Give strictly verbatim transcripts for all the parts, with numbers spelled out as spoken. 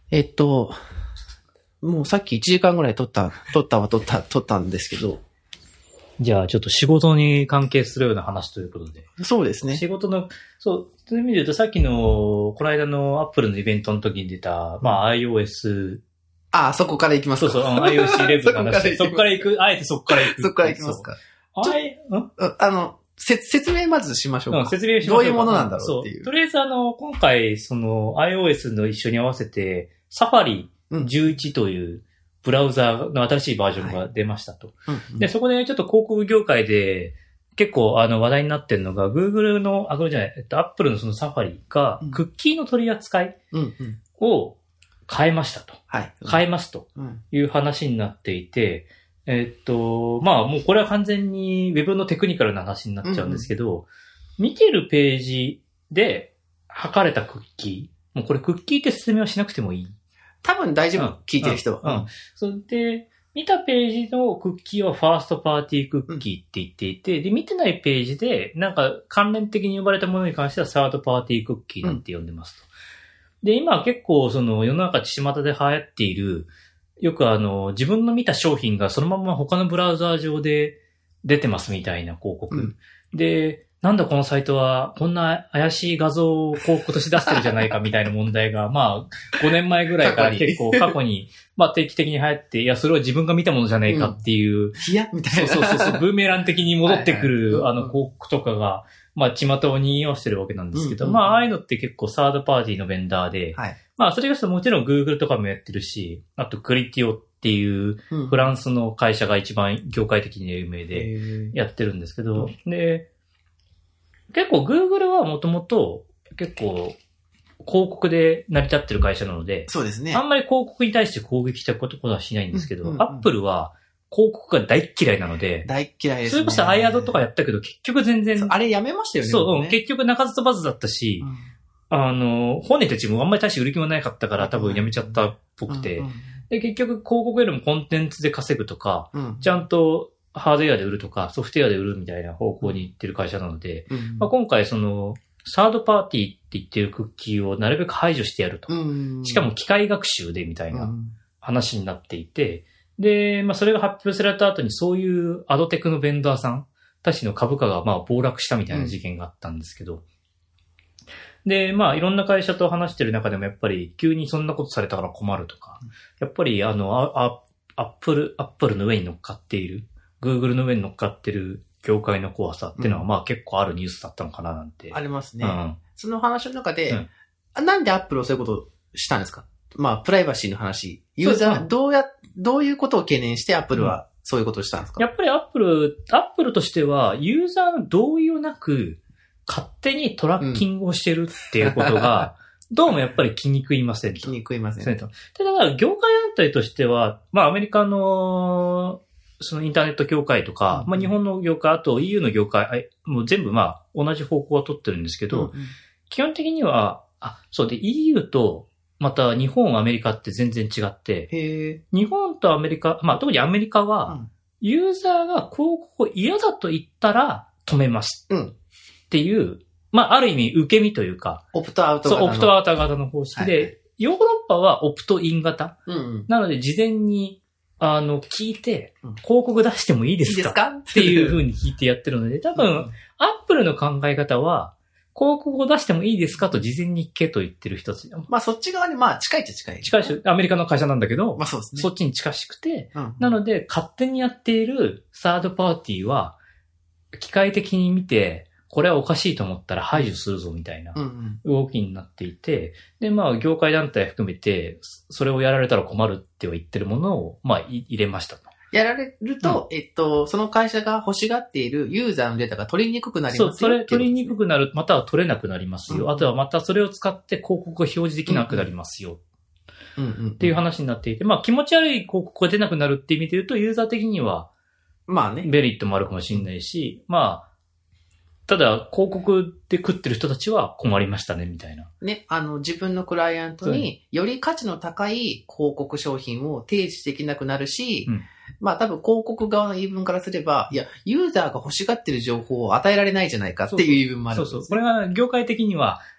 えっと、もうさっきいちじかんぐらい撮った、撮ったは撮った、撮ったんですけど。 じゃあちょっと仕事に関係するような話ということで。 そうですね。 仕事の、そう、そういう意味で言うとさっきの、この間のアップルのイベントの時に出た、まあ iOS。 ああ、そこから行きますか。 そうそう、アイオーエスイレブン の話。そこから行く、あえてそこから行く。 そこから行きますか。 あれ、んあの、説明まずしましょうか。 うん、説明しましょうか。 どういうものなんだろうっていう。 そう。とりあえずあの、今回、その iOS の一緒に合わせて、サファリじゅういちというブラウザーの新しいバージョンが出ましたと。はいうんうん、で、そこでちょっと広告業界で結構あの話題になってるのが、Google の、あ、これじゃない、えっと、Apple のそのサファリが、クッキーの取り扱いを変えましたと。はい。変えますという話になっていて、えっと、まあもうこれは完全に Web のテクニカルな話になっちゃうんですけど、うんうん、見てるページで測れたクッキー、もうこれクッキーって説明はしなくてもいい。 多分大丈夫、うん、聞いてる人は。 うん。うん、それで、見たページのクッキーはファーストパーティークッキーって言っていて、うん、で、見てないページで、なんか関連的に呼ばれたものに関してはサードパーティークッキーなんて呼んでますと。うん、で、今結構その世の中巷で流行っている、よくあの、自分の見た商品がそのまま他のブラウザー上で出てますみたいな広告。うん、で、なんだこのサイトはこんな怪しい画像を広告として出してるじゃないかみたいな問題が、まあ、ごねんまえぐらいから結構過去に、まあ定期的に流行って、いや、それは自分が見たものじゃないかっていう。 いや、みたいな。 そうそうそう、ブーメラン的に戻ってくる、あの広告とかが、まあ、巷を賑わしてるわけなんですけど、うんうん、まあ、ああいうのって結構サードパーティーのベンダーで、はい、まあ、それがもちろん Google とかもやってるし、あとクリティオっていうフランスの会社が一番業界的に有名でやってるんですけど、うん、で、結構 Google はもともと結構広告で成り立ってる会社なので、 そうですね。 あんまり広告に対して攻撃したことはしないんですけど、うんうんうん、Apple は広告が大嫌いなので。 大嫌いですね。 それこそアイアドとかやったけど、結局全然。 あれやめましたよね。 そう、ね、結局鳴かず飛ばずだったし、うん、あの、本人たちもあんまり大して売る気もなかったから多分やめちゃったっぽくて。うんうん、で、結局広告よりもコンテンツで稼ぐとか、うん、ちゃんとハードウェアで売るとか、ソフトウェアで売るみたいな方向に行ってる会社なので、うんまあ、今回その、サードパーティーって言ってるクッキーをなるべく排除してやると。うん、しかも機械学習でみたいな話になっていて、で、まあそれが発表された後にそういうアドテクのベンダーさんたちの株価がまあ暴落したみたいな事件があったんですけど、うん、で、まあいろんな会社と話してる中でもやっぱり急にそんなことされたから困るとか、やっぱりあの、アップル、アップルの上に乗っかっている、Google の上に乗っかってる業界の怖さっていうのはまあ結構あるニュースだったのかななんて。 ありますね。うん、その話の中で、うん、なんでアップルをそういうことをしたんですか？まあ、プライバシーの話。ユーザー、どうや、どういうことを懸念してアップルはそういうことをしたんですか？ やっぱりアップル、アップルとしては、ユーザーの同意をなく、勝手にトラッキングをしてるっていうことが、うん、どうもやっぱり気に食いませんと。 気に食いませんと。 で、だから業界団体としては、まあアメリカの、そのインターネット業界とか、うん、まあ日本の業界、あと イーユー の業界、もう全部まあ同じ方向は取ってるんですけど、うんうん、基本的には、あ、そうで イーユー と、また日本、アメリカって全然違って、へ日本とアメリカ、まあ特にアメリカは、うん、ユーザーが広告を嫌だと言ったら止めます。うん、っていう、まあある意味受け身というか、 オプトアウト型の。そう、オプトアウト型の方式で、はいはい、ヨーロッパはオプトイン型。うんうん、なので事前に、あの、聞いて、広告出してもいいですか、いいですかっていう風に聞いてやってるので、多分、うん、アップルの考え方は、広告を出してもいいですかと事前に聞けと言ってる人たち。 まあそっち側にまあ近いっちゃ近い。 近いし、アメリカの会社なんだけど、 まあそうですね。 そっちに近しくて、うん、なので勝手にやっているサードパーティーは、機械的に見て、これはおかしいと思ったら排除するぞみたいな動きになっていて、うんうん、でまあ業界団体含めて、それをやられたら困るっては言ってるものを、まあ入れましたと。 やられると、うん、えっと、その会社が欲しがっているユーザーのデータが取りにくくなりますよ。 そう、それ取りにくくなる、または取れなくなりますよ。うん、あとはまたそれを使って広告が表示できなくなりますよ。うんうん、っていう話になっていて、まあ気持ち悪い広告が出なくなるっていう意味で言うと、ユーザー的には、まあね。メリットもあるかもしれないし、まあ、ただ、広告で食ってる人たちは困りましたね、みたいな。 ね、あの、自分のクライアントにより価値の高い広告商品を提示できなくなるし、うん、まあ多分広告側の言い分からすれば、いや、ユーザーが欲しがってる情報を与えられないじゃないかっていう言い分もある、 そうそう。これが業界的には、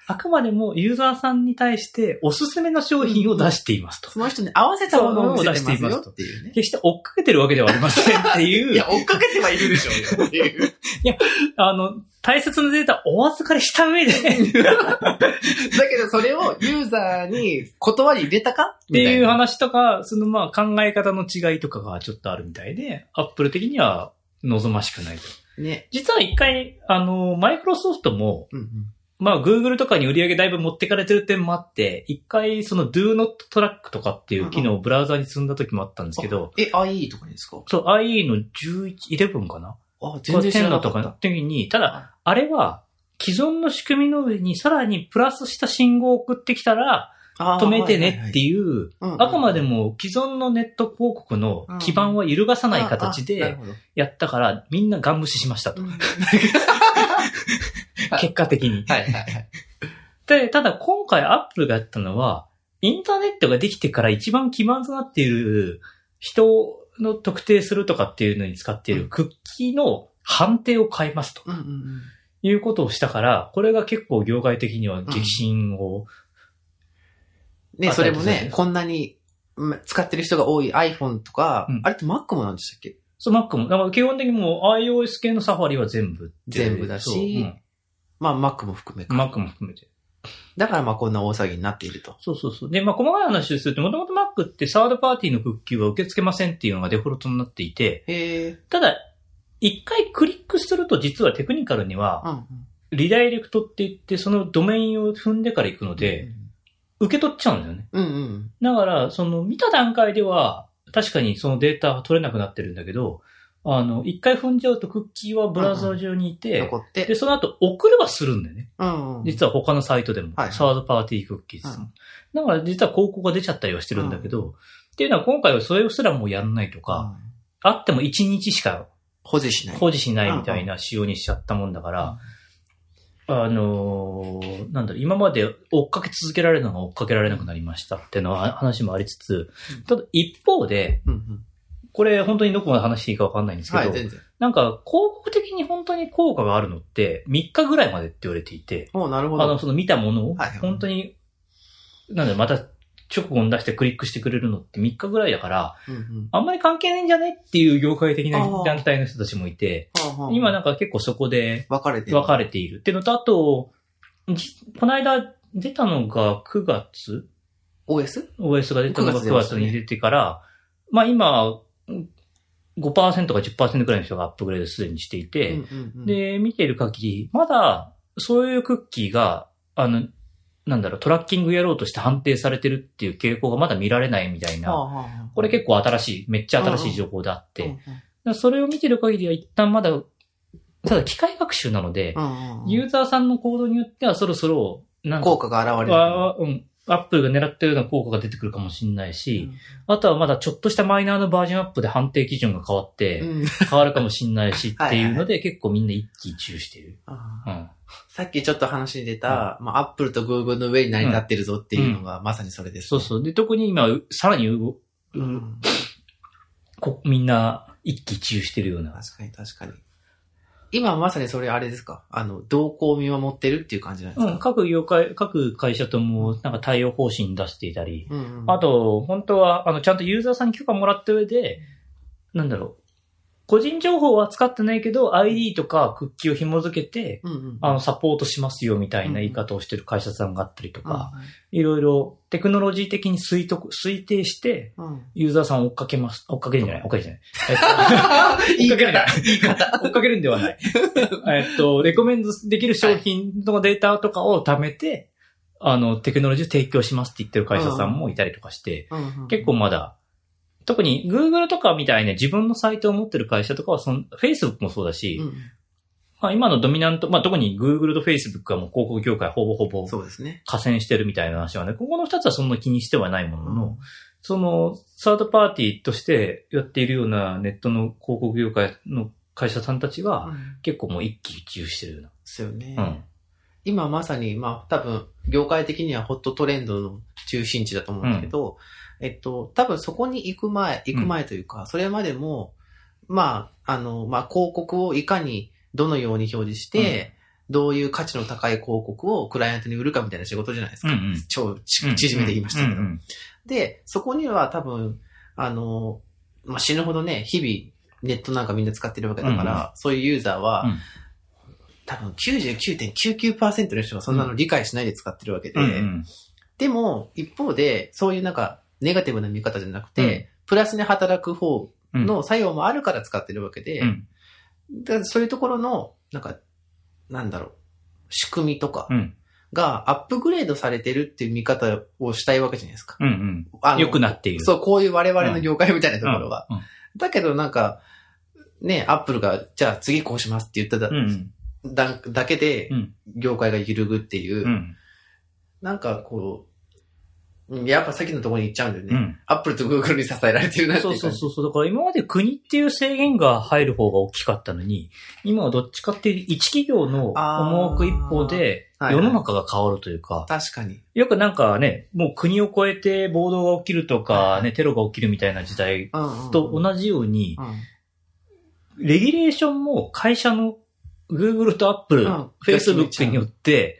あくまでもユーザーさんに対しておすすめの商品を出していますと。 その人に合わせたものを出していますっていうね。 決して追っかけてるわけではありませんっていう。 いや、追っかけてはいるでしょうっていう。 いや、あの、大切なデータお預かりした上で。 だけどそれをユーザーに言葉に入れたかっていう話とか、そのまあ考え方の違いとかがちょっとあるみたいで、アップル的には望ましくないと。 ね。 実は一回、あの、マイクロソフトも、うんうん、まあ Google とかに売り上げだいぶ持ってかれてる点もあって、一回その Do Not Track とかっていう機能をブラウザに積んだ時もあったんですけど。 え、アイイー とかですか？ そう、アイイー のじゅういち、じゅういちかな？ あ、全然知らなかった。 とか時に、ただ、あれは既存の仕組みの上にさらにプラスした信号を送ってきたら、止めてねっていう、あくまでも既存のネット広告の基盤は揺るがさない形でやったから、みんなガン無視しましたと。結果的に。 はいはいはい。 で、ただ今回アップルがやったのは、インターネットができてから一番基盤となっている人の特定するとかっていうのに使っているクッキーの判定を変えますと。 うんうんうん、 いうことをしたから、これが結構業界的には激震を、うんね、それもね、こんなに使ってる人が多い iPhone とか、うん、あれって Mac もなんでしたっけ？ そう、Mac も。だから基本的にもう iOS 系のサファリは全部。 全部だし、うん、まあ Mac も含めか。 Mac も含めて。 だからまあこんな大騒ぎになっていると。 そうそうそう。で、まあ細かい話をすると、もともと Mac ってサードパーティーのクッキーは受け付けませんっていうのがデフォルトになっていて、 へただ、一回クリックすると実はテクニカルには、うんうん、リダイレクトって言ってそのドメインを踏んでから行くので、うんうん、受け取っちゃうんだよね。 うんうん。 だから、その見た段階では、確かにそのデータは取れなくなってるんだけど、あの、一回踏んじゃうとクッキーはブラウザ上にいて、 うんうん、残って、 で、その後送ればするんだよね。 うんうん、 実は他のサイトでも、 はいはい、 サードパーティークッキーズ、うん。だから実は広告が出ちゃったりはしてるんだけど、うん、っていうのは今回はそれすらもうやんないとか、うん、あってもいちにちしか保持しない。 保持しないみたいな仕様にしちゃったもんだから、うんうんあのー、なんだろう、今まで追っかけ続けられるのが追っかけられなくなりましたっていうのは話もありつつ、ただ一方で、 うんうん、 これ本当にどこまで話していいかわかんないんですけど、 はい、全然なんか広告的に本当に効果があるのってみっかぐらいまでって言われていて、 おなるほど。 あの、その見たものを本当に、はいはい、なんだろう、また直後に出してクリックしてくれるのってみっかぐらいだから、 うんうん、 あんまり関係ないんじゃないっていう業界的な団体の人たちもいて、今なんか結構そこで分かれている。 分かれているっていうのと、あと、この間出たのがくがつオーエス? オーエス が出たのがくがつに出てから、まあ今、ごパーセント か じゅっパーセント くらいの人がアップグレードすでにしていて、 うんうんうん、 で、見ている限り、まだそういうクッキーが、あの、なんだろう、トラッキングやろうとして判定されてるっていう傾向がまだ見られないみたいな、 はあはあ、 これ結構新しい、めっちゃ新しい情報であって、うんうん、それを見てる限りは一旦まだ、ただ機械学習なので、 うんうん、 ユーザーさんの行動によってはそろそろ、 なんか効果が現れる。 うん。アップルが狙ったような効果が出てくるかもしれないし、うん、あとはまだちょっとしたマイナーのバージョンアップで判定基準が変わって、変わるかもしれないしっていうので、結構みんな一喜一憂してる。 うん、さっきちょっと話に出た、うん、まあ、アップルとグーグルの上に成り立ってるぞっていうのがまさにそれです、ねうん。そうそう。で、特に今、さらに、うん、こみんな一喜一憂してるような。 確かに確かに。今まさにそれあれですか？あの、動向を見守ってるっていう感じなんですか？ うん、各業界、各会社ともなんか対応方針出していたり、 うんうん、 あと、本当は、あの、ちゃんとユーザーさんに許可もらった上で、なんだろう、個人情報は使ってないけど、アイディー とかクッキーを紐付けて、 うんうん、 あの、サポートしますよみたいな言い方をしてる会社さんがあったりとか、うんうん、いろいろテクノロジー的に推測、推定して、ユーザーさんを追っかけます。追っかけるんじゃない追っかけるんじゃない。追っかけるんだ。追っかけるんではない。えっと、レコメンドできる商品のデータとかを貯めて、はい、あの、テクノロジーを提供しますって言ってる会社さんもいたりとかして、 うんうん、 結構まだ、特に Google とかみたいな自分のサイトを持ってる会社とかはその、Facebook もそうだし、 うんまあ、今のドミナント、まあ、特に Google と Facebook はもう広告業界ほぼほぼそうですね。 加戦してるみたいな話はね、ここの二つはそんな気にしてはないものの、うん、そのサードパーティーとしてやっているようなネットの広告業界の会社さんたちは、結構もう一喜一憂してるような。 ですよね。 うん、 今まさに、まあ多分、業界的にはホットトレンドの中心地だと思うんだけど、うん、えっと、多分そこに行く前、行く前というか、うん、それまでも、まあ、あの、まあ広告をいかにどのように表示して、 どういう価値の高い広告をクライアントに売るかみたいな仕事じゃないですか。 うんうん、 超縮めて言いましたけど、 うんうんうん。 で、そこには多分、あの、まあ、死ぬほどね、日々ネットなんかみんな使ってるわけだから、うんうん、そういうユーザーは、うん、多分 きゅうじゅうきゅうてんきゅうきゅうパーセント の人がそんなの理解しないで使ってるわけで、うんうん、でも、一方で、そういうなんか、ネガティブな見方じゃなくて、うん、プラスに働く方の作用もあるから使ってるわけで、うん、だからそういうところの、なんか、なんだろう、仕組みとかがアップグレードされてるっていう見方をしたいわけじゃないですか。 うんうん、あの良くなっている。 そう、こういう我々の業界みたいなところが。うんうんうん、だけどなんか、ね、アップルが、じゃあ次こうしますって言っただ、うんうん、だ, だけで、業界が揺るぐっていう、うん、なんかこう、やっぱさっきのところに行っちゃうんだよね。うん、アップルとグーグルに支えられてるなっていう。 そうそうそう。だから今まで国っていう制限が入る方が大きかったのに、今はどっちかっていう一企業の思惑一方で世の中が変わるというか。 はいはい、確かに。 よくなんかね、もう国を越えて暴動が起きるとか、はい、ね、テロが起きるみたいな時代と同じように、うんうんうん、レギュレーションも会社の Google と Apple、うん、Facebook によって、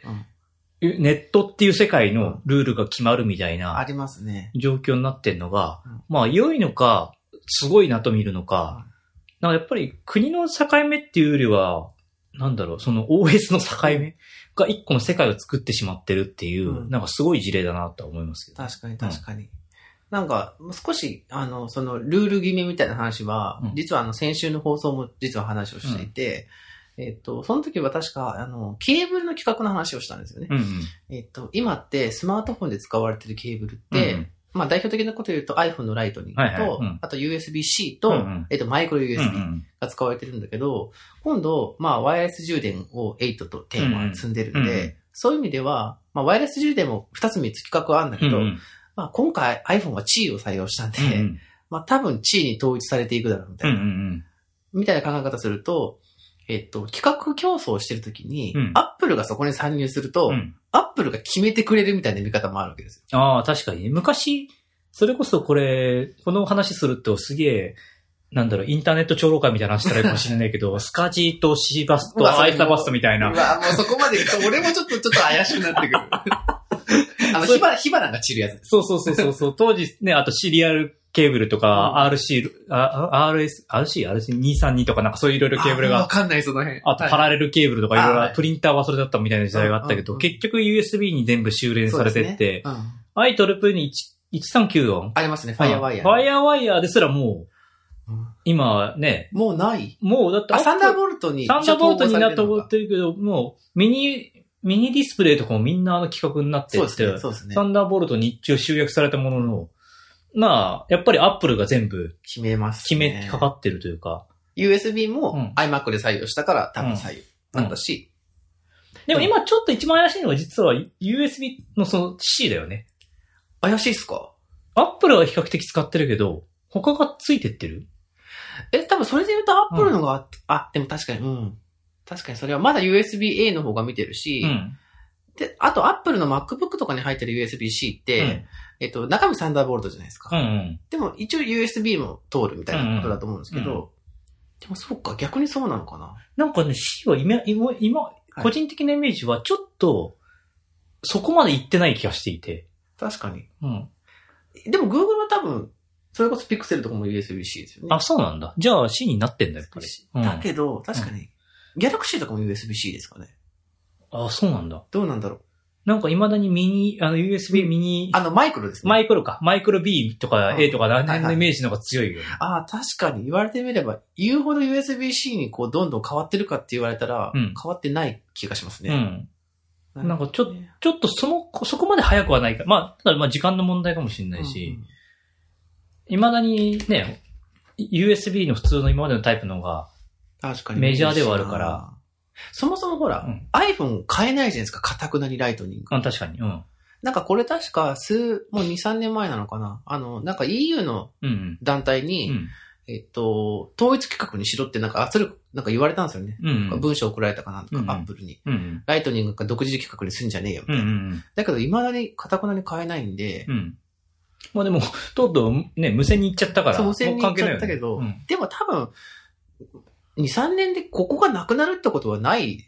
うんネットっていう世界のルールが決まるみたいな、 ありますね。 状況になってんのが、まあ良いのか、すごいなと見るのか、なんかやっぱり国の境目っていうよりは、なんだろう、その オーエス の境目が一個の世界を作ってしまってるっていう、なんかすごい事例だなと思いますけど。 確かに確かに。うん、なんか、少し、あの、そのルール決めみたいな話は、うん、実はあの先週の放送も実は話をしていて、うんえっと、その時は確か、あの、ケーブルの規格の話をしたんですよね。うんうん、えっと、今ってスマートフォンで使われてるケーブルって、うんうん、まあ代表的なことを言うと iPhone のライトニングと、はいはいうん、あと ユーエスビー-C と、うんうん、えっと、マイクロ ユーエスビー が使われてるんだけど、うんうん、今度、まあワイヤレス充電をはちとじゅうは積んでるんで、うんうん、そういう意味では、まあワイヤレス充電もふたつみっつ規格はあるんだけど、うんうん、まあ今回 iPhone は チー を採用したんで、うんうん、まあ多分 チー に統一されていくだろうみたいな、うんうん、みたいな考え方すると、えっと、企画競争をしてるときに、うん、アップルがそこに参入すると、うん、アップルが決めてくれるみたいな見方もあるわけですよ。 ああ、確かに。昔、それこそこれ、この話するとすげえ、なんだろう、インターネット長老会みたいな話したらいいかもしれないけど、スカジーとシーバスとアイサバストみたいな。 うわ、もうそこまで行くと、俺もちょっと、ちょっと怪しくなってくる。あの、火花、火花が散るやつです。 そうそうそうそう。当時ね、あとシリアル、ケーブルとか、アールシー、あ アールエス、アールシー、アールシーにひゃくさんじゅうに とかなんかそういういろいろケーブルが。 わかんない、その辺。 あとパラレルケーブルとかいろいろ、プリンターはそれだったみたいな時代があったけど、結局 ユーエスビー に全部修練されてって、アイトリプル にいちさんきゅうよん。 ありますね、ファイアーワイヤー。 ファイアーワイヤーですらもう、今ね。 もうないもうだって。 あ、サンダーボルトに。 サンダーボルトになって思ってるけど、もうミニ、ミニディスプレイとかもみんなあの規格になってって、そうですね、そうですね。サンダーボルトに一応集約されたものの、まあ、やっぱりアップルが全部決めます、 ね。決めかかってるというか。 ユーエスビー も iMac で採用したから多分採用なんだし、 うんうん。でも今ちょっと一番怪しいのは実は ユーエスビー のその C だよね。 怪しいっすか？ アップルは比較的使ってるけど、他がついてってる？ え、多分それで言うとアップルのが、うん、あ、でも確かに、うん。確かにそれはまだ ユーエスビーエー の方が見てるし、うん、で、あとアップルの MacBook とかに入ってる ユーエスビー-C って、うんえっと、中身サンダーボルトじゃないですか。うんうん、でも一応 ユーエスビー も通るみたいなことだと思うんですけど、うんうん、でもそうか、逆にそうなのかな。 なんかね、C は今、今、今個人的なイメージはちょっと、そこまで行ってない気がしていて。 確かに。うん。でも Google は多分、それこそ Pixel とかも ユーエスビー-C ですよね。 あ、そうなんだ。じゃあ C になってんだよ、やっぱり。 うん、だけど、確かに、うん、Galaxy とかも ユーエスビー-C ですかね。 あ、そうなんだ。 どうなんだろう。 なんか未だにミニ、あの ユーエスビー ミニ、 あのマイクロですね。 マイクロか。マイクロ B とか A とか何年のイメージの方が強いよね。 はいはい、ああ、確かに言われてみれば、言うほど ユーエスビー-C にこうどんどん変わってるかって言われたら、うん、変わってない気がしますね。 うん。なんかちょ、ちょっとその、そこまで早くはないか。まあ、ただまあ時間の問題かもしれないし、うんうん、未だにね、ユーエスビー の普通の今までのタイプの方が、確かにメジャーではあるから、 そもそもほら、うん、iPhone 買えないじゃないですか、かたくなにライトニング。 うん、確かに。うん。 なんかこれ確か数、もうに、さんねんまえなのかな。あの、なんか イーユー の団体に、うんうん、えっと、統一規格にしろってなんか圧力、なんか言われたんですよね。うんうん、文章送られたかなんとか、うんうん、アップルに、うんうん。ライトニングが独自規格にすんじゃねえよ、みたいな。うんうん、だけど未だにかたくなに買えないんで、うん、 まあでも、とうとうね、無線に行っちゃったから。 そう、無線に行っちゃったけど、ねうん、でも多分、に、さんねんでここがなくなるってことはない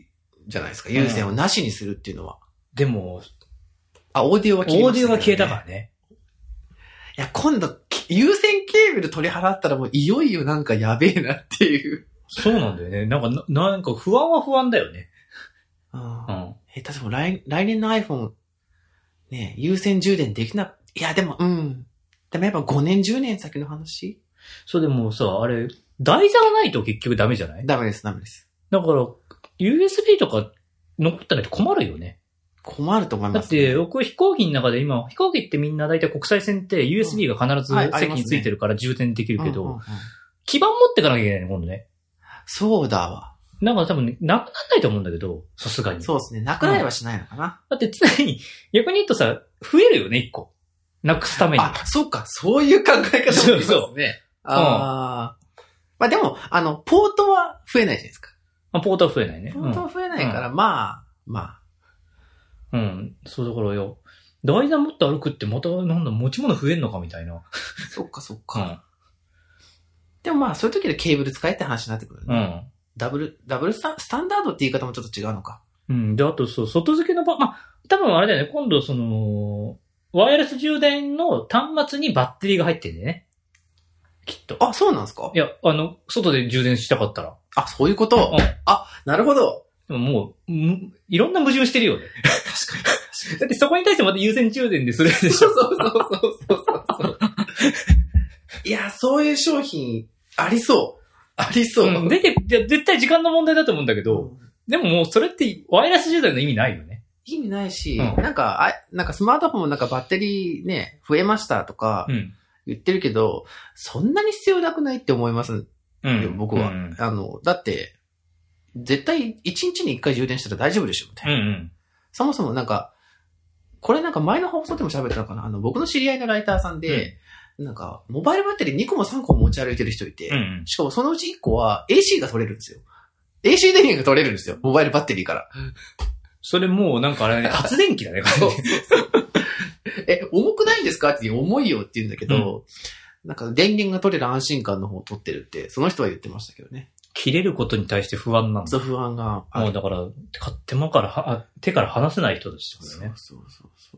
じゃないですか。有線をなしにするっていうのは。 うん、でも、 あ、オーディオは消えましたね。 オーディオが消えたからね。 いや、今度、有線ケーブル取り払ったらもういよいよなんかやべえなっていう。 そうなんだよね。なんか、な、なんか不安は不安だよね。 ああ。うん。え、例えば来、来年の iPhone、ね、有線充電できな、いや、でも、うん。でもやっぱごねん、じゅうねん先の話？ そうでもさ、あれ、台座がないと結局ダメじゃない？ ダメです、ダメです。 だから、ユーエスビー とか残ったら困るよね。 困ると思います、 ね。だって、僕飛行機の中で今、飛行機ってみんな大体国際線って ユーエスビー が必ず席についてるから充電できるけど、基板持ってかなきゃいけないね、今度ね。 そうだわ。 なんか多分、ね、なくならないと思うんだけど、さすがに。 そうですね。なくなりはしないのかな。うん、 だって常に、逆に言うとさ、増えるよね、一個。なくすために。 あ、そうか。そういう考え方もありますね。そうそう。ああ、うん。まあでも、あの、ポートは増えないじゃないですか。 あ、ポートは増えないね。 ポートは増えないから、うん、まあ、まあ。 うん。そうだからよ。台座持って歩くってまた、なんだ、持ち物増えんのかみたいな。 そっかそっか。うん、でもまあ、そういう時でケーブル使えって話になってくるね。うん。ダブル、ダブルスタ、スタンダードって言い方もちょっと違うのか。 うん。で、あとそう、外付けの場、まあ、多分あれだよね、今度その、ワイヤレス充電の端末にバッテリーが入ってるんだよね。きっと。 あ、そうなんですか？ いや、あの、外で充電したかったら。 あ、そういうこと、うん、あ、なるほど。 でももう、いろんな矛盾してるよね。 確かに。 だってそこに対してまた有線充電でするでしょ。 そうそうそうそうそうそう。いや、そういう商品、ありそう。ありそう。 うん、出て、絶対時間の問題だと思うんだけど、うん、でももうそれってワイヤレス充電の意味ないよね。 意味ないし、うん、なんか、あ、なんかスマートフォンもなんかバッテリーね、増えましたとか、言ってるけど、うん、そんなに必要なくないって思いますよ、うん、僕は、うん。あの、だって、絶対一日に一回充電したら大丈夫でしょみたいな、うんうん。そもそもなんか、これなんか前の放送でも喋ったのかな、あの、僕の知り合いのライターさんで、うん、なんか、モバイルバッテリーにこもさんこも持ち歩いてる人いて、うんうん、しかもそのうちいっこは エーシー が取れるんですよ。エーシー 電源が取れるんですよ。モバイルバッテリーから。 それもうなんかあれね、発電機だね。 そうそうそうえ、重くないんですかって重いよって言うんだけど、うん、なんか電源が取れる安心感の方を取ってるって、その人は言ってましたけどね。 切れることに対して不安なんだ。 そう、不安がある。 もうだから、手間からは、手から離せない人ですよね。 そうそうそうそう。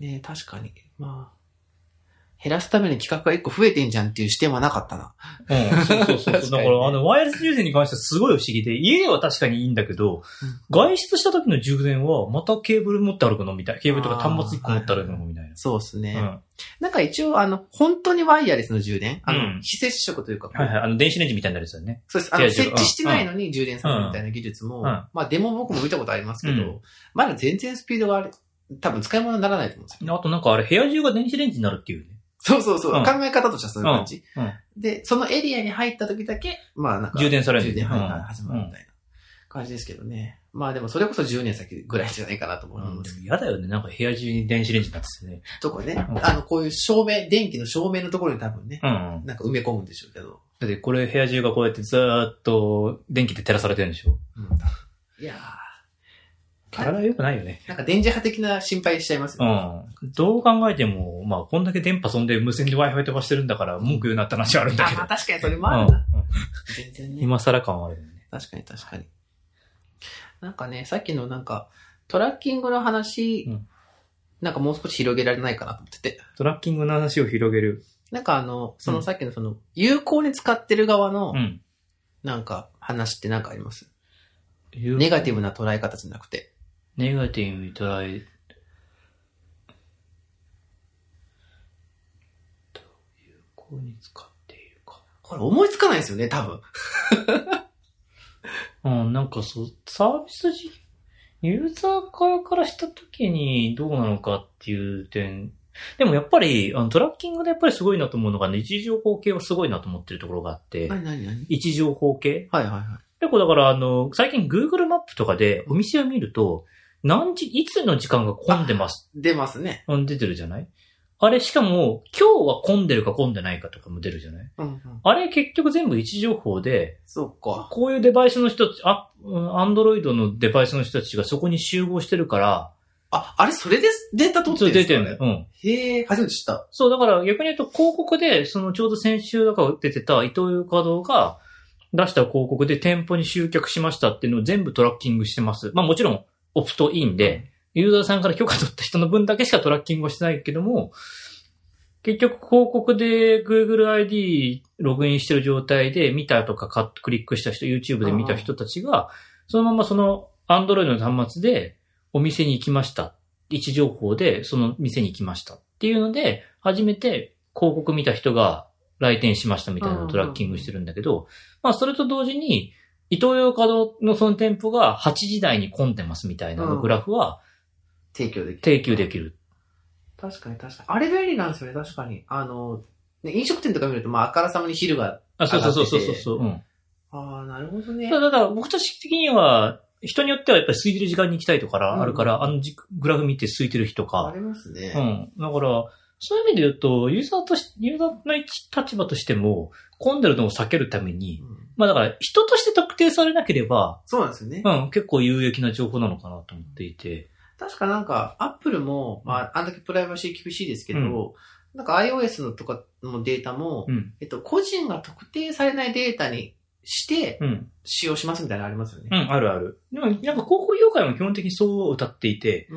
ねえ、確かに。まあ。減らすために企画が一個増えてんじゃんっていう視点はなかったな。 うん、そうそうそう。ね、だから、あの、ワイヤレス充電に関してはすごい不思議で、家では確かにいいんだけど、うん、外出した時の充電は、またケーブル持って歩くのみたいな。ケーブルとか端末一個持って歩くのみたいな。 そうですね、うん。なんか一応、あの、本当にワイヤレスの充電あの、うん、非接触というか。 はいはい。あの、電子レンジみたいになるやつだよね。 そうです。あの、設置してないのに充電されるみたいな技術も、うん、まあ、デモ僕も見たことありますけど、うん、まだ全然スピードがあれ、多分使い物にならないと思うんですよ。 あとなんかあれ、部屋中が電子レンジになるっていうね。 そうそうそう、うん。考え方としてはそういう感じ、うんうん。で、そのエリアに入った時だけ、まあなんか。 充電される。 充電始まるみたいな感じですけどね。まあでもそれこそじゅうねん先ぐらいじゃないかなと思うんですけど。 嫌、うん、だよね。なんか部屋中に電子レンジになっててね。 とかね、うん。あの、こういう照明、電気の照明のところに多分ね、うんうん、なんか埋め込むんでしょうけど。 だってこれ部屋中がこうやってずーっと電気で照らされてるんでしょ。うん、 いやー。 体良くないよね。 なんか電磁波的な心配しちゃいますよね。 うん。どう考えても、まあ、こんだけ電波飛んで無線で Wi-Fi 飛ばしてるんだから、文句言うなって話はあるんだけど。 あ、確かにそれもあるな。うんうん、 全然ね。今更感はあるよね。 確かに確かに。なんかね、さっきのなんか、トラッキングの話、うん、なんかもう少し広げられないかなと思ってて。 トラッキングの話を広げる。 なんかあの、そのさっきのその、有効に使ってる側の、うん、なんか話ってなんかあります？ネガティブな捉え方じゃなくて。 ネガティブに捉え、どう有効に使っているか。 これ思いつかないですよね、多分。 うん、なんかそう、サービス時、ユーザー側からしたときにどうなのかっていう点。でもやっぱり、あのトラッキングでやっぱりすごいなと思うのが、ね、位置情報系はすごいなと思ってるところがあって。 何何何？ 位置情報系？ はいはいはい。 結構だから、あの、最近 Google マップとかでお店を見ると、何時、いつの時間が混んでます。 出ますね。 うん、出てるじゃない？あれ、しかも、今日は混んでるか混んでないかとかも出るじゃない？うんうん、あれ、結局全部位置情報で、 そうか。 こういうデバイスの人たち、あ、アンドロイドのデバイスの人たちがそこに集合してるから、 あ、あれ、それでデータ取ってるんですか？ そう、出てるね。うん。 へえ、初めて知った。 そう、だから逆に言うと、広告で、そのちょうど先週だから出てた伊藤洋華堂が、 出した広告で店舗に集客しましたっていうのを全部トラッキングしてます。まあもちろんオプトインで、ユーザーさんから許可取った人の分だけしかトラッキングをしてないけども、結局広告で Google アイディー ログインしてる状態で見たとかカットクリックした人、YouTube で見た人たちが、そのままその Android の端末でお店に行きました。位置情報でその店に行きましたっていうので、初めて広告見た人が来店しましたみたいなのをトラッキングしてるんだけど、まあそれと同時に、イトーヨーカドーのその店舗がはちじ台に混んでますみたいなのグラフは、 提供できる。 提供できる。 確かに確かに。あれ便利なんですよね、確かに。あの、ね、飲食店とか見ると、まあ、あからさまに昼があ、そうそうそうそうそう。うん、 ああ、なるほどね。 ただ、ただ僕たち的には、人によってはやっぱり空いてる時間に行きたいとかあるから、うん、あのグラフ見て空いてる日とか。 ありますね。 うん。だから、そういう意味で言うと、ユーザーとし、ユーザーの立場としても、混んでるのを避けるために、うん、まあだから、人として特定されなければ、 そうなんですよね。 うん、結構有益な情報なのかなと思っていて。 確かなんか、アップルも、まあ、あんだけプライバシー厳しいですけど、うん、なんか iOS のとかのデータも、うん、えっと、個人が特定されないデータにして、使用しますみたいなのありますよね。 うん、うん、あるある。でも、なんか広告業界も基本的にそう歌っていて、うん、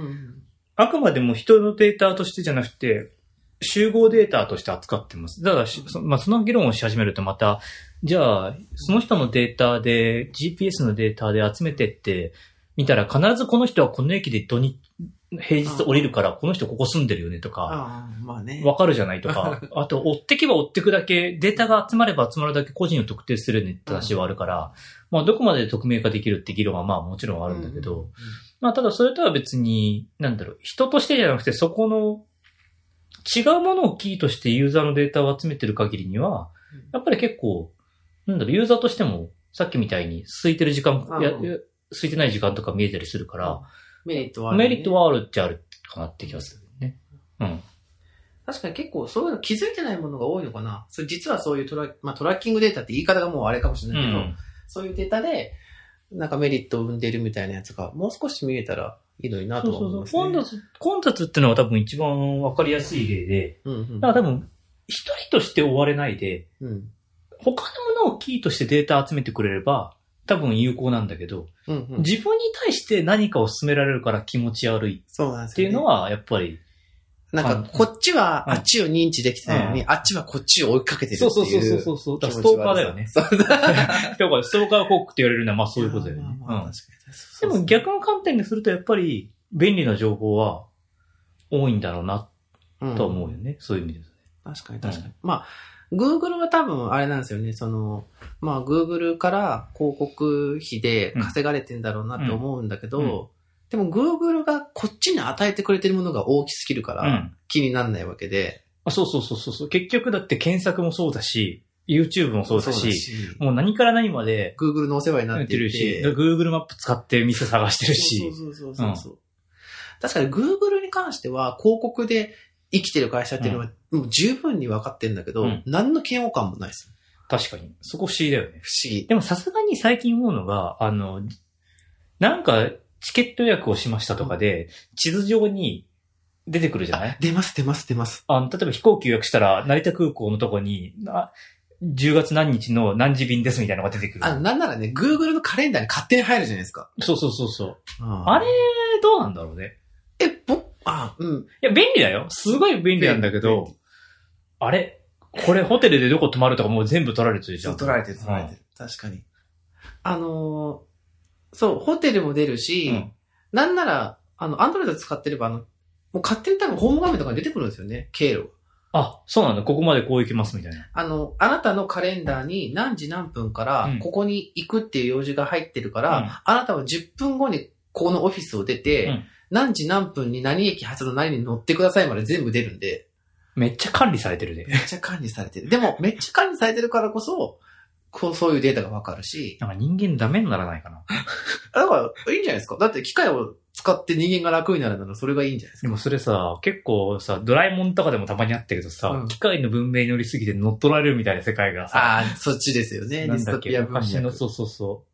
あくまでも人のデータとしてじゃなくて、集合データとして扱ってます。だから、まあ、その議論をし始めるとまた、じゃあ、その人のデータで、ジーピーエス のデータで集めてって、見たら必ずこの人はこの駅で土日、平日降りるからこの人ここ住んでるよねとか、 ああまあね、 わかるじゃないとか、あと追ってけば追ってくだけ、データが集まれば集まるだけ個人を特定するねって話はあるから、まあどこまで匿名化できるって議論はまあもちろんあるんだけど、うんうんうん、まあただそれとは別に、なんだろう、人としてじゃなくてそこの違うものをキーとしてユーザーのデータを集めてる限りには、やっぱり結構、なんだろう、ユーザーとしてもさっきみたいに空いてる時間、や空いてない時間とか見えたりするから、 メリットはある、ね。 メリットはあるっちゃあるかなって気がするね。うん。 確かに結構そういうの気づいてないものが多いのかな。それ実はそういうトラ、まあ、トラッキングデータって言い方がもうあれかもしれないけど、うん、そういうデータで、なんかメリットを生んでいるみたいなやつがもう少し見えたらいいのになとは思いますね。そうそうそう。 混雑ってのは多分一番わかりやすい例で、うんうん、だから多分一人として終われないで、うん、他のものをキーとしてデータ集めてくれれば、多分有効なんだけど、うんうん、自分に対して何かを進められるから気持ち悪いっていうのは、やっぱり。 なんか、こっちはあっちを認知できてないのに、うん、あっちはこっちを追いかけてるっていう。 そうそうそうそうそう。ストーカーだよね。ストーカー広告って言われるのはまあそういうことだよね。まあまあ、でも逆の観点にするとやっぱり便利な情報は多いんだろうなと思うよね。うん、そういう意味ですね。 確かに確かに。うん、まあ、Google は多分あれなんですよね。その、まあ Google から広告費で稼がれてんだろうなって思うんだけど、うんうん、でも Google がこっちに与えてくれてるものが大きすぎるから気にならないわけで、 うん、あ。そうそうそうそう。結局だって検索もそうだし、YouTube もそうだし、だしもう何から何まで Google のお世話になってるし、 Google マップ使って店探してるし。 そうそうそうそう、うん。確かに Google に関しては広告で生きてる会社っていうのはもう十分に分かってるんだけど、うん、何の嫌悪感もないです。 確かに。そこ不思議だよね。 不思議。 でもさすがに最近思うのが、あの、なんかチケット予約をしましたとかで、地図上に出てくるじゃない？ 出ます出ます出ます。 あの、例えば飛行機予約したら、成田空港のとこに、あじゅうがつ何日の何時便ですみたいなのが出てくる。 あの、なんならね、Google のカレンダーに勝手に入るじゃないですか。 そうそうそうそう。あれ、どうなんだろうね。 え、ぼ、あ、うん。 いや、便利だよ。すごい便利なんだけど、あれこれホテルでどこ泊まるとかもう全部取られてるじゃん。 そう、取られてる、取られてる。うん、確かに。あのー、そう、ホテルも出るし、うん、なんなら、あの、アンドロイド使ってれば、あの、もう勝手に多分ホーム画面とかに出てくるんですよね、経路。 あ、そうなんだ。ここまでこう行きますみたいな。 あの、あなたのカレンダーに何時何分からここに行くっていう用事が入ってるから、うん、あなたはじゅっぷんごにここのオフィスを出て、うん、何時何分に何駅発の何に乗ってくださいまで全部出るんで。 めっちゃ管理されてるね。 めっちゃ管理されてる。でも、めっちゃ管理されてるからこそ、こう、そういうデータがわかるし。 なんか人間ダメにならないかな。 だから、いいんじゃないですか。だって機械を使って人間が楽になるならそれがいいんじゃないですか。 でもそれさ、結構さ、ドラえもんとかでもたまにあったけどさ、うん、機械の文明に乗りすぎて乗っ取られるみたいな世界がさ。 ああ、そっちですよね。 なんだっけ、昔の、そうそうそう。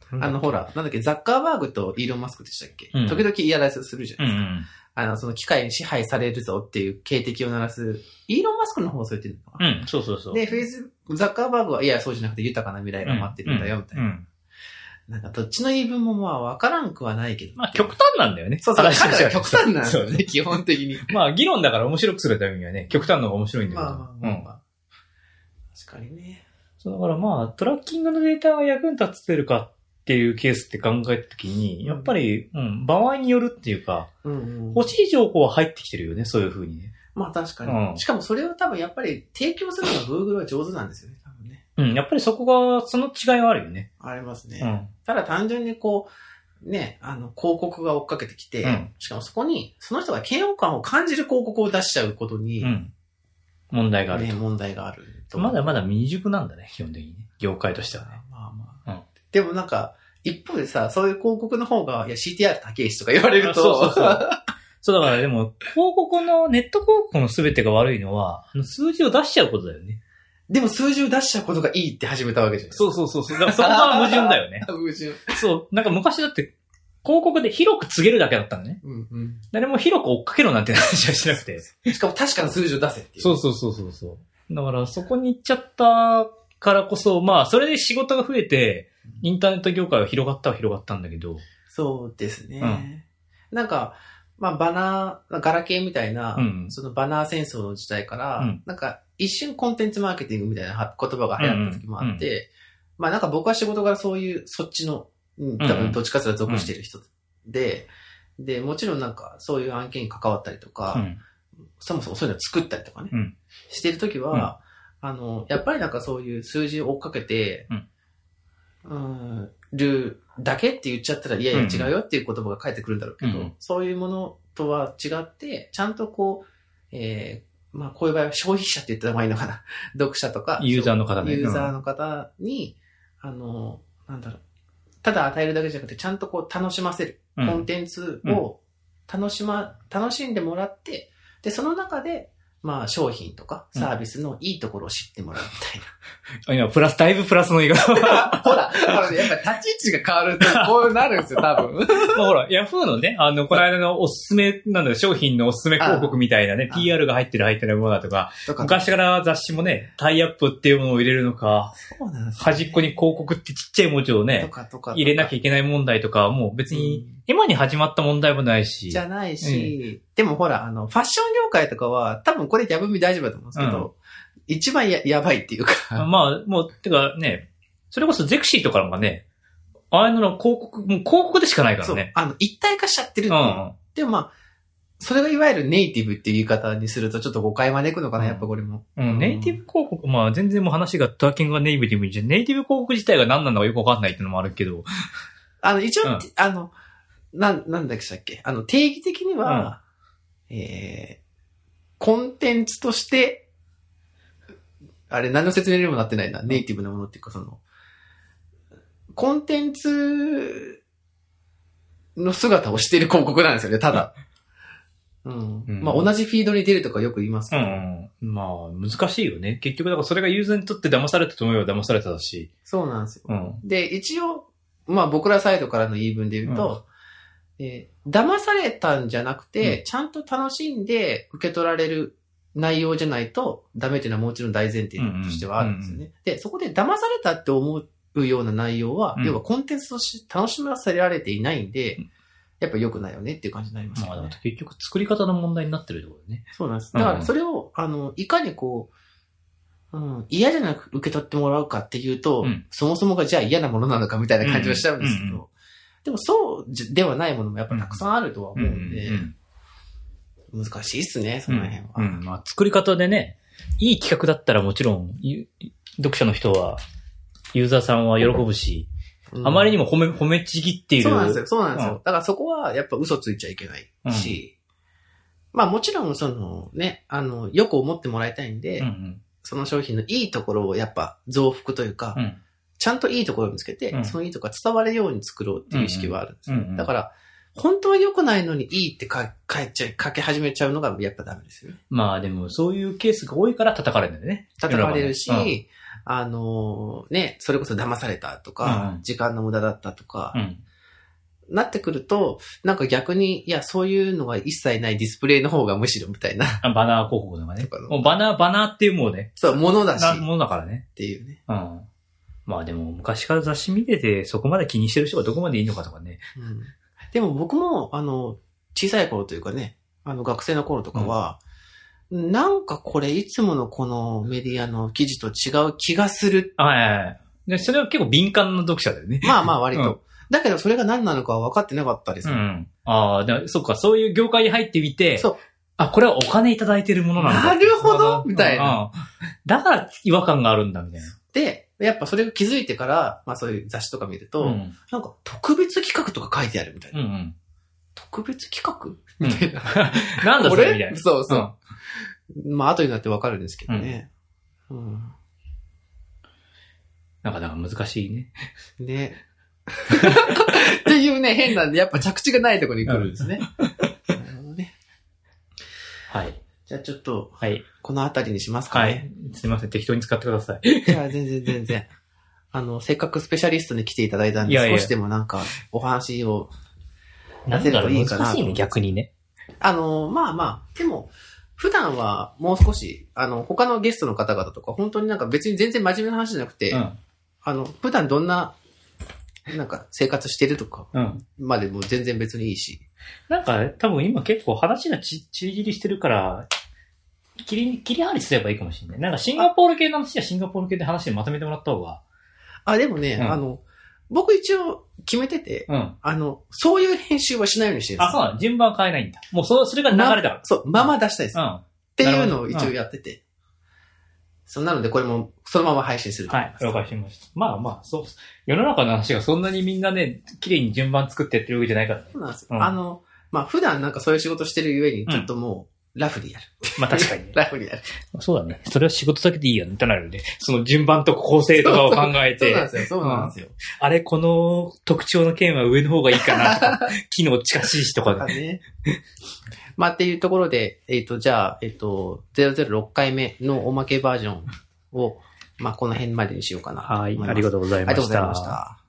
あの、ほら、なんだっけ、ザッカーバーグとイーロン・マスクでしたっけ、うん、時々嫌らせするじゃないですか。うんうん、あの、その機械に支配されるぞっていう警笛を鳴らす、イーロン・マスクの方はそう言ってるのかな。 うん、そうそうそう。 で、フェイス、ザッカーバーグは、いや、そうじゃなくて豊かな未来が待ってるんだよ、みたいな。うんうんうん、なんか、どっちの言い分もまあ、わからんくはないけど。 まあ、極端なんだよね。 そうそう、彼は極端なんですよね、基本的に。 まあ、議論だから面白くするためにはね、極端の方が面白いんだけど。まあまあまあ、まあうん。確かにね。 そう、だからまあ、トラッキングのデータが役に立ってるかっていうケースって考えたときに、やっぱり、うん、場合によるっていうか、うんうん、欲しい情報は入ってきてるよね、そういう風にね。 まあ確かに、うん。しかもそれを多分やっぱり提供するのが Google は上手なんですよね、多分ね。 うん、やっぱりそこが、その違いはあるよね。 ありますね。うん、ただ単純にこう、ね、あの、広告が追っかけてきて、うん、しかもそこに、その人が嫌悪感を感じる広告を出しちゃうことに、うん、 問題がある。 ね、問題がある。 まだまだ未熟なんだね、基本的にね。業界としてはね。 まあまあ。うん、でもなんか、一方でさ、そういう広告の方が、いや シーティーアール 高いしとか言われると。 そうそうそう。そうだからでも、広告の、ネット広告の全てが悪いのは、数字を出しちゃうことだよね。 でも数字を出しちゃうことがいいって始めたわけじゃないですか。 そうそうそう。だからそこが矛盾だよね。 矛盾。 そう。なんか昔だって、広告で広く告げるだけだったのね。 うんうん、 誰も広く追っかけろなんて話はしなくて。 しかも確かな数字を出せっていう。 そうそうそうそうそう。だからそこに行っちゃったからこそ、まあそれで仕事が増えて、インターネット業界は広がったは広がったんだけど。 そうですね。うん、なんか、まあバナー、ガラケーみたいな、うん、そのバナー戦争の時代から、うん、なんか一瞬コンテンツマーケティングみたいな言葉が流行った時もあって、うんうん、まあなんか僕は仕事からそういう、そっちの、うん、多分どっちかというと属してる人で、うん、で、もちろんなんかそういう案件に関わったりとか、うん、そもそもそういうのを作ったりとかね、うん、してるときは、うん、あの、やっぱりなんかそういう数字を追っかけて、うん、うるだけって言っちゃったら、いやいや違うよっていう言葉が返ってくるんだろうけど、うん、そういうものとは違って、ちゃんとこう、えー、まあこういう場合は消費者って言った方がいいのかな。読者とか、 ユーザーの方ね。 ユーザーの方に、うん、あの、なんだろう。ただ与えるだけじゃなくて、ちゃんとこう楽しませる。コンテンツを楽しま、楽しんでもらって、で、その中で、まあ商品とかサービスのいいところを知ってもらうみたいな。今、プラス、だいぶプラスの言い方。 ほら、ほら、やっぱり立ち位置が変わるとこうなるんですよ、多分。 まあほら、ヤフーのね、あの、この間のおすすめ、なんだろ、商品のおすすめ広告みたいなね、ピーアール が入ってる入ってないものだとか、とか昔から雑誌もね、タイアップっていうものを入れるのか、 そうなんですね、 端っこに広告ってちっちゃい文字をね、とかとかとか入れなきゃいけない問題とか、もう別に、今に始まった問題もないし。 じゃないし、うん、でもほら、あの、ファッション業界とかは、多分これやぶみ大丈夫だと思うんですけど、うん、一番 や, やばいっていうか。 まあ、もう、てかね、それこそゼクシーとかがね、ああいうのの広告、もう広告でしかないからね。 そう、あの、一体化しちゃってるっていう。うん、でもまあ、それがいわゆるネイティブっていう言い方にするとちょっと誤解招くのかな、うん、やっぱこれも。 うん、ネイティブ広告、まあ全然もう話がトラッキングがネイティブじゃ、ネイティブ広告自体が何なのかよくわかんないっていうのもあるけど。 あの、一応、うん、あの、なん、なんだっけしたっけあの、定義的には、うん、えー、コンテンツとして、あれ何の説明にもなってないな、ネイティブなものっていうかその、コンテンツの姿をしている広告なんですよね、ただ。うん。うん、まあ同じフィードに出るとかよく言いますけど。うん、 まあ難しいよね。結局だからそれがユーザーにとって騙されたと思えば騙されただし。 そうなんですよ。うん、で、一応、まあ僕らサイドからの言い分で言うと、うん、えー、騙されたんじゃなくて、うん、ちゃんと楽しんで受け取られる内容じゃないとダメっていうのはもちろん大前提としてはあるんですよね。うんうん、で、そこで騙されたって思うような内容は、うん、要はコンテンツとして楽しませられていないんで、うん、やっぱ良くないよねっていう感じになりますよね。 まあ、結局作り方の問題になってるってことね。 そうなんです。だからそれを、あの、いかにこう、うん、嫌じゃなく受け取ってもらうかっていうと、うん、そもそもがじゃあ嫌なものなのかみたいな感じはしちゃうんですけど、うんうんうん、でもそうではないものもやっぱたくさんあるとは思うんで、うんうんうん、難しいっすね、その辺は。 うんうん、まあ、作り方でね、いい企画だったらもちろん、読者の人は、ユーザーさんは喜ぶし、うん、あまりにも褒め、褒めちぎっている。 そうなんですよ、そうなんですよ。うん、だからそこはやっぱ嘘ついちゃいけないし、うん、まあもちろんそのね、あの、よく思ってもらいたいんで、うんうん、その商品のいいところをやっぱ増幅というか、うん、ちゃんといいところを見つけて、うん、そのいいところが伝わるように作ろうっていう意識はあるんですよ。うんうん、だから、本当は良くないのにいいって書いちゃい、書き始めちゃうのがやっぱダメですよね。 まあでもそういうケースが多いから叩かれるんだよね。 叩かれるし、うん、 あのー、ね、それこそ騙されたとか、うん、時間の無駄だったとか、うん、なってくると、なんか逆に、いや、そういうのが一切ないディスプレイの方がむしろみたいな。 バナー広告とかね。もうバナー、バナーっていうもうね。 そう、ものだし。 ものだからね。 っていうね。 うん。まあでも、昔から雑誌見てて、そこまで気にしてる人がどこまでいいのかとかね。 うん。でも僕も、あの、小さい頃というかね、あの、学生の頃とかは、うん、なんかこれいつものこのメディアの記事と違う気がする。 はいはいはい。で、それは結構敏感な読者だよね。 まあまあ割と。うん、だけどそれが何なのかは分かってなかったですよ。 うん。ああ、でそっか、そういう業界に入ってみて、そう。あ、これはお金いただいてるものなんだ。 なるほどみたいな、 うん。だから違和感があるんだ、みたいな。 で、やっぱそれを気づいてから、まあそういう雑誌とか見ると、うん、なんか特別企画とか書いてあるみたいな。うんうん、特別企画みたいな。 なんだそれみたいな。 そうそう。うんまあ、後になってわかるんですけどね。うん。うん、 なかなか難しいね。 ね。っていうね、変なんで、やっぱ着地がないところに来るんですね。なるほどね。 はい。 じゃあちょっと、はい。このあたりにしますかね。はい。 すいません、適当に使ってください。 いや、全然全然。あの、せっかくスペシャリストに来ていただいたんで、いやいや少しでもなんか、お話を、 なせればいいかな。難しいね、逆にね。 あの、まあまあ、でも、普段はもう少し、あの、他のゲストの方々とか、本当になんか別に全然真面目な話じゃなくて、うん、あの、普段どんな、なんか生活してるとか、までも全然別にいいし。 なんか多分今結構話がち、ちりぎりしてるから、切り、切り張りすればいいかもしれない。なんかシンガポール系の話はシンガポール系で話でまとめてもらった方が。 あ、でもね、うん、あの、僕一応決めてて、うん、あの、そういう編集はしないようにしてるんです。 あ、そうなの順番変えないんだ。もうそ、それが流れだから、 ま。そう、まま出したいです。うん。っていうのを一応やってて。うん、そうなのでこれもそのまま配信すると。 はい、了解しました。まあまあ、そう。世の中の話がそんなにみんなね、綺麗に順番作ってやってるわけじゃないからね。 そうなんです。うん、あの、まあ普段なんかそういう仕事してるゆえに、ちょっともう、ラフにやる。 まあ確かに、ね。 ラフにやる。 そうだね。それは仕事だけでいいよね。となるんで、その順番と構成とかを考えて。 そうなんですよ。そうなんですよ。うん、 あれ、この特徴の件は上の方がいいかなとか、機能近しいしとかね。まあっていうところで、えっ、ー、と、じゃあ、えっ、ー、と、ゼロゼロろっかいめのおまけバージョンを、まあこの辺までにしようかな。 はい。ありがとうございました。 ありがとうございました。